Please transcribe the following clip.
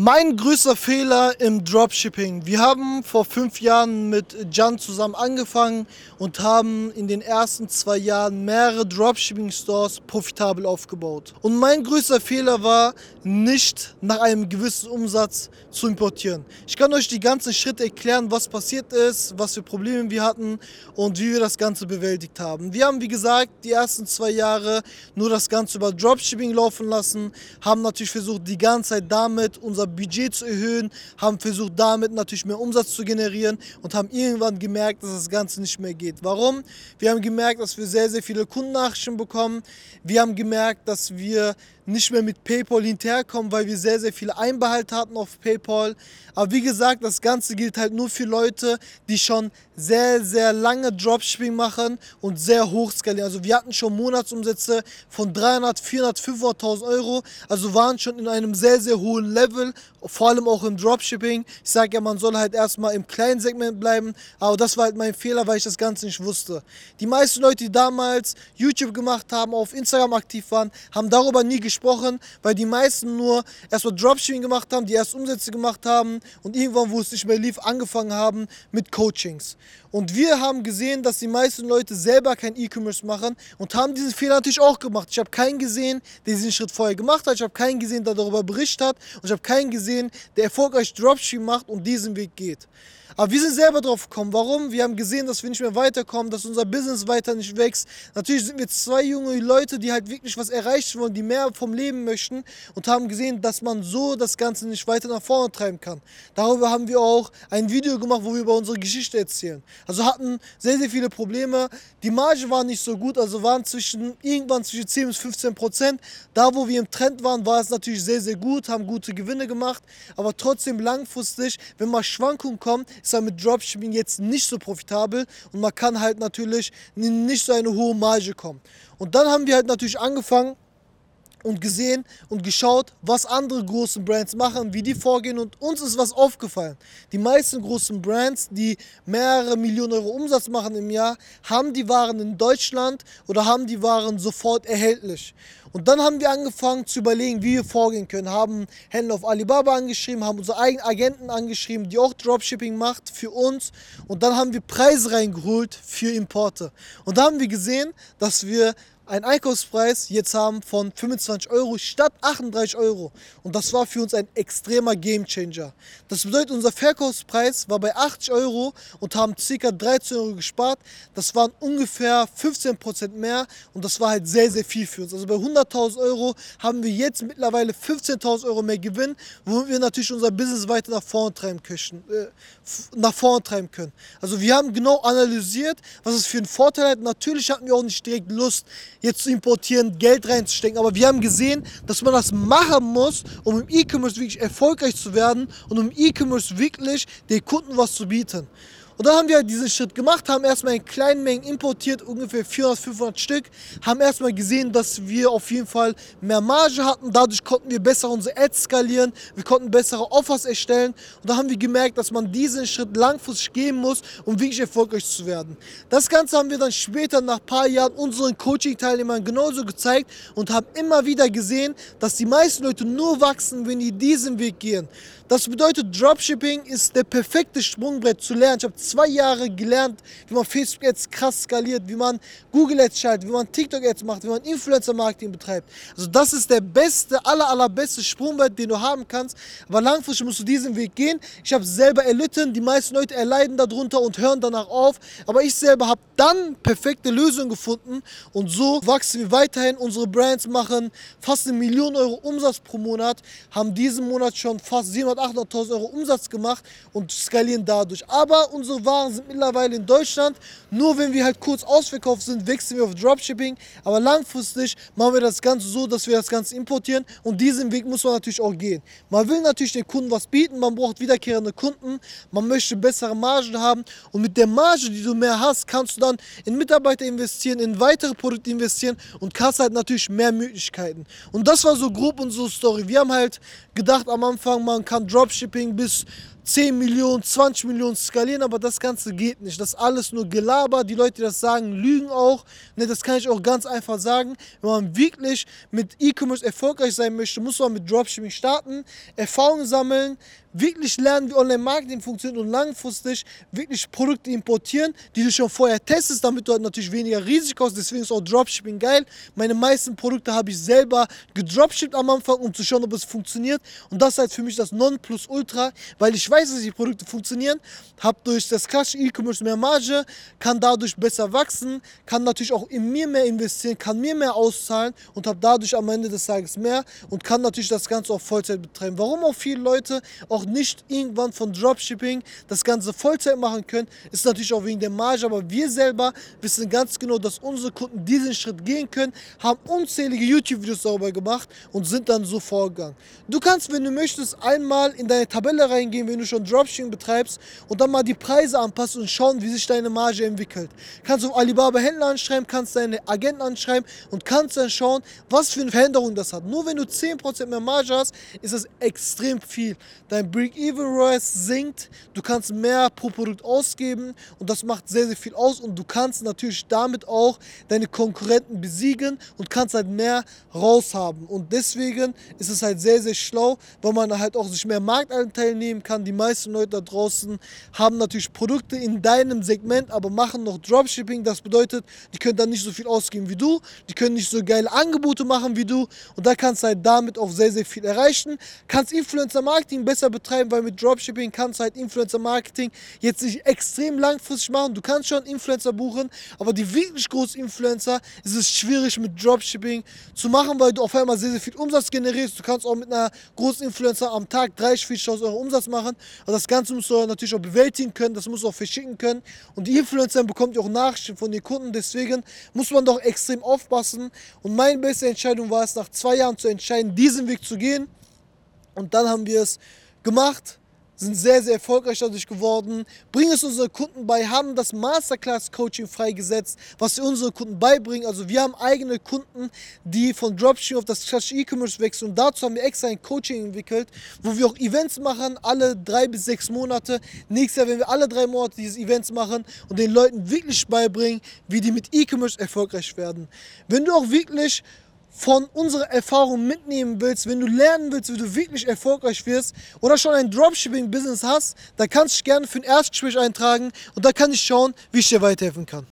Mein größter Fehler im Dropshipping. Wir haben vor 5 Jahren mit Can zusammen angefangen und haben in den ersten 2 Jahren mehrere Dropshipping-Stores profitabel aufgebaut. Und mein größter Fehler war, nicht nach einem gewissen Umsatz zu importieren. Ich kann euch die ganzen Schritte erklären, was passiert ist, was für Probleme wir hatten und wie wir das Ganze bewältigt haben. Wir haben, wie gesagt, die ersten 2 Jahre nur das Ganze über Dropshipping laufen lassen, haben natürlich versucht, die ganze Zeit damit unser Budget zu erhöhen, haben versucht, damit natürlich mehr Umsatz zu generieren und haben irgendwann gemerkt, dass das Ganze nicht mehr geht. Warum? Wir haben gemerkt, dass wir sehr, sehr viele Kundennachrichten bekommen. Wir haben gemerkt, dass wir nicht mehr mit PayPal hinterherkommen, weil wir sehr, sehr viele Einbehalte hatten auf PayPal. Aber wie gesagt, das Ganze gilt halt nur für Leute, die schon sehr, sehr lange Dropshipping machen und sehr hoch skalieren. Also wir hatten schon Monatsumsätze von 300, 400, 500.000 Euro. Also waren schon in einem sehr, sehr hohen Level, vor allem auch im Dropshipping. Ich sage ja, man soll halt erstmal im kleinen Segment bleiben, aber das war halt mein Fehler, weil ich das Ganze nicht wusste. Die meisten Leute, die damals YouTube gemacht haben, auf Instagram aktiv waren, haben darüber nie gesprochen, weil die meisten nur erstmal Dropshipping gemacht haben, die erst Umsätze gemacht haben und irgendwann, wo es nicht mehr lief, angefangen haben mit Coachings. Und wir haben gesehen, dass die meisten Leute selber kein E-Commerce machen und haben diesen Fehler natürlich auch gemacht. Ich habe keinen gesehen, der diesen Schritt vorher gemacht hat. Ich habe keinen gesehen, der darüber berichtet hat. Und ich habe keinen gesehen, der erfolgreich Dropshipping macht und diesen Weg geht. Aber wir sind selber drauf gekommen. Warum? Wir haben gesehen, dass wir nicht mehr weiterkommen, dass unser Business weiter nicht wächst. Natürlich sind wir 2 junge Leute, die halt wirklich was erreichen wollen, die mehr vom Leben möchten und haben gesehen, dass man so das Ganze nicht weiter nach vorne treiben kann. Darüber haben wir auch ein Video gemacht, wo wir über unsere Geschichte erzählen. Also hatten sehr, sehr viele Probleme. Die Marge war nicht so gut, also waren irgendwann zwischen 10 bis 15%. Da, wo wir im Trend waren, war es natürlich sehr, sehr gut, haben gute Gewinne gemacht. Aber trotzdem langfristig, wenn mal Schwankungen kommen, ist er mit Dropshipping jetzt nicht so profitabel und man kann halt natürlich nicht so eine hohe Marge kommen. Und dann haben wir halt natürlich angefangen und gesehen und geschaut, was andere große Brands machen, wie die vorgehen, und uns ist was aufgefallen. Die meisten großen Brands, die mehrere Millionen Euro Umsatz machen im Jahr, haben die Waren in Deutschland oder haben die Waren sofort erhältlich. Und dann haben wir angefangen zu überlegen, wie wir vorgehen können. Haben Händler auf Alibaba angeschrieben, haben unsere eigenen Agenten angeschrieben, die auch Dropshipping macht für uns. Und dann haben wir Preise reingeholt für Importe. Und da haben wir gesehen, dass wir einen Einkaufspreis jetzt haben von 25 Euro statt 38 Euro. Und das war für uns ein extremer Gamechanger. Das bedeutet, unser Verkaufspreis war bei 80 Euro und haben ca. 13 Euro gespart. Das waren ungefähr 15% mehr und das war halt sehr, sehr viel für uns. Also bei 100.000 Euro haben wir jetzt mittlerweile 15.000 Euro mehr Gewinn, womit wir natürlich unser Business weiter nach vorne treiben können. Also wir haben genau analysiert, was es für einen Vorteil hat. Natürlich hatten wir auch nicht direkt Lust, jetzt zu importieren, Geld reinzustecken. Aber wir haben gesehen, dass man das machen muss, um im E-Commerce wirklich erfolgreich zu werden und um im E-Commerce wirklich den Kunden was zu bieten. Und dann haben wir halt diesen Schritt gemacht, haben erstmal in kleinen Mengen importiert, ungefähr 400, 500 Stück, haben erstmal gesehen, dass wir auf jeden Fall mehr Marge hatten, dadurch konnten wir besser unsere Ads skalieren, wir konnten bessere Offers erstellen und da haben wir gemerkt, dass man diesen Schritt langfristig gehen muss, um wirklich erfolgreich zu werden. Das Ganze haben wir dann später nach ein paar Jahren unseren Coaching-Teilnehmern genauso gezeigt und haben immer wieder gesehen, dass die meisten Leute nur wachsen, wenn die diesen Weg gehen. Das bedeutet, Dropshipping ist der perfekte Sprungbrett zu lernen. Ich habe 2 Jahre gelernt, wie man Facebook-Ads krass skaliert, wie man Google-Ads schaltet, wie man TikTok-Ads macht, wie man Influencer-Marketing betreibt. Also das ist der beste, allerbeste Sprungbrett, den du haben kannst. Aber langfristig musst du diesen Weg gehen. Ich habe es selber erlitten, die meisten Leute erleiden darunter und hören danach auf. Aber ich selber habe dann perfekte Lösungen gefunden und so wachsen wir weiterhin. Unsere Brands machen fast 1 Million Euro Umsatz pro Monat, haben diesen Monat schon fast 700.000, 800.000 Euro Umsatz gemacht und skalieren dadurch. Aber unsere Waren sind mittlerweile in Deutschland. Nur wenn wir halt kurz ausverkauft sind, wechseln wir auf Dropshipping. Aber langfristig machen wir das Ganze so, dass wir das Ganze importieren und diesen Weg muss man natürlich auch gehen. Man will natürlich den Kunden was bieten, man braucht wiederkehrende Kunden, man möchte bessere Margen haben und mit der Marge, die du mehr hast, kannst du dann in Mitarbeiter investieren, in weitere Produkte investieren und hast halt natürlich mehr Möglichkeiten. Und das war so grob unsere Story. Wir haben halt gedacht am Anfang, man kann Dropshipping bis 10 Millionen, 20 Millionen skalieren, aber das Ganze geht nicht. Das ist alles nur Gelaber. Die Leute, die das sagen, lügen auch. Ne, das kann ich auch ganz einfach sagen. Wenn man wirklich mit E-Commerce erfolgreich sein möchte, muss man mit Dropshipping starten, Erfahrungen sammeln, wirklich lernen, wie Online-Marketing funktioniert und langfristig wirklich Produkte importieren, die du schon vorher testest, damit du halt natürlich weniger Risiko hast. Deswegen ist auch Dropshipping geil. Meine meisten Produkte habe ich selber gedropshippt am Anfang, um zu schauen, ob es funktioniert. Und das ist halt für mich das Nonplusultra, weil ich weiß, dass die Produkte funktionieren, habe durch das klassische E-Commerce mehr Marge, kann dadurch besser wachsen, kann natürlich auch in mir mehr investieren, kann mir mehr auszahlen und habe dadurch am Ende des Tages mehr und kann natürlich das Ganze auch Vollzeit betreiben. Warum auch viele Leute auch nicht irgendwann von Dropshipping das Ganze Vollzeit machen können, ist natürlich auch wegen der Marge, aber wir selber wissen ganz genau, dass unsere Kunden diesen Schritt gehen können, haben unzählige YouTube-Videos darüber gemacht und sind dann so vorgegangen. Du kannst, wenn du möchtest, einmal in deine Tabelle reingehen, wenn du schon Dropshipping betreibst und dann mal die Preise anpassen und schauen, wie sich deine Marge entwickelt. Kannst du auf Alibaba Händler anschreiben, kannst deine Agenten anschreiben und kannst dann schauen, was für eine Veränderung das hat. Nur wenn du 10% mehr Marge hast, ist das extrem viel. Dein Break-Even-Price sinkt, du kannst mehr pro Produkt ausgeben und das macht sehr, sehr viel aus und du kannst natürlich damit auch deine Konkurrenten besiegen und kannst halt mehr raushaben. Und deswegen ist es halt sehr, sehr schlau, weil man halt auch sich mehr Marktanteil nehmen kann. Die meisten Leute da draußen haben natürlich Produkte in deinem Segment, aber machen noch Dropshipping. Das bedeutet, die können dann nicht so viel ausgeben wie du, die können nicht so geile Angebote machen wie du und da kannst du halt damit auch sehr, sehr viel erreichen. Kannst Influencer-Marketing besser betreiben, weil mit Dropshipping kannst du halt Influencer-Marketing jetzt nicht extrem langfristig machen. Du kannst schon Influencer buchen, aber die wirklich großen Influencer ist es schwierig mit Dropshipping zu machen, weil du auf einmal sehr, sehr viel Umsatz generierst. Du kannst auch mit einer großen Influencer am Tag 30.000, 40.000 Euro Umsatz machen. Aber das Ganze musst du natürlich auch bewältigen können, das musst du auch verschicken können. Und die Influencer bekommt ja auch Nachrichten von den Kunden, deswegen muss man doch extrem aufpassen. Und meine beste Entscheidung war es, nach 2 Jahren zu entscheiden, diesen Weg zu gehen. Und dann haben wir es gemacht, sind sehr, sehr erfolgreich dadurch geworden, bringen es unseren Kunden bei, haben das Masterclass-Coaching freigesetzt, was wir unseren Kunden beibringen. Also wir haben eigene Kunden, die von Dropshipping auf das klassische E-Commerce wechseln. Und dazu haben wir extra ein Coaching entwickelt, wo wir auch Events machen, alle 3 bis 6 Monate. Nächstes Jahr werden wir alle 3 Monate diese Events machen und den Leuten wirklich beibringen, wie die mit E-Commerce erfolgreich werden. Wenn du auch wirklich von unserer Erfahrung mitnehmen willst, wenn du lernen willst, wie du wirklich erfolgreich wirst oder schon ein Dropshipping-Business hast, dann kannst du dich gerne für ein Erstgespräch eintragen und da kann ich schauen, wie ich dir weiterhelfen kann.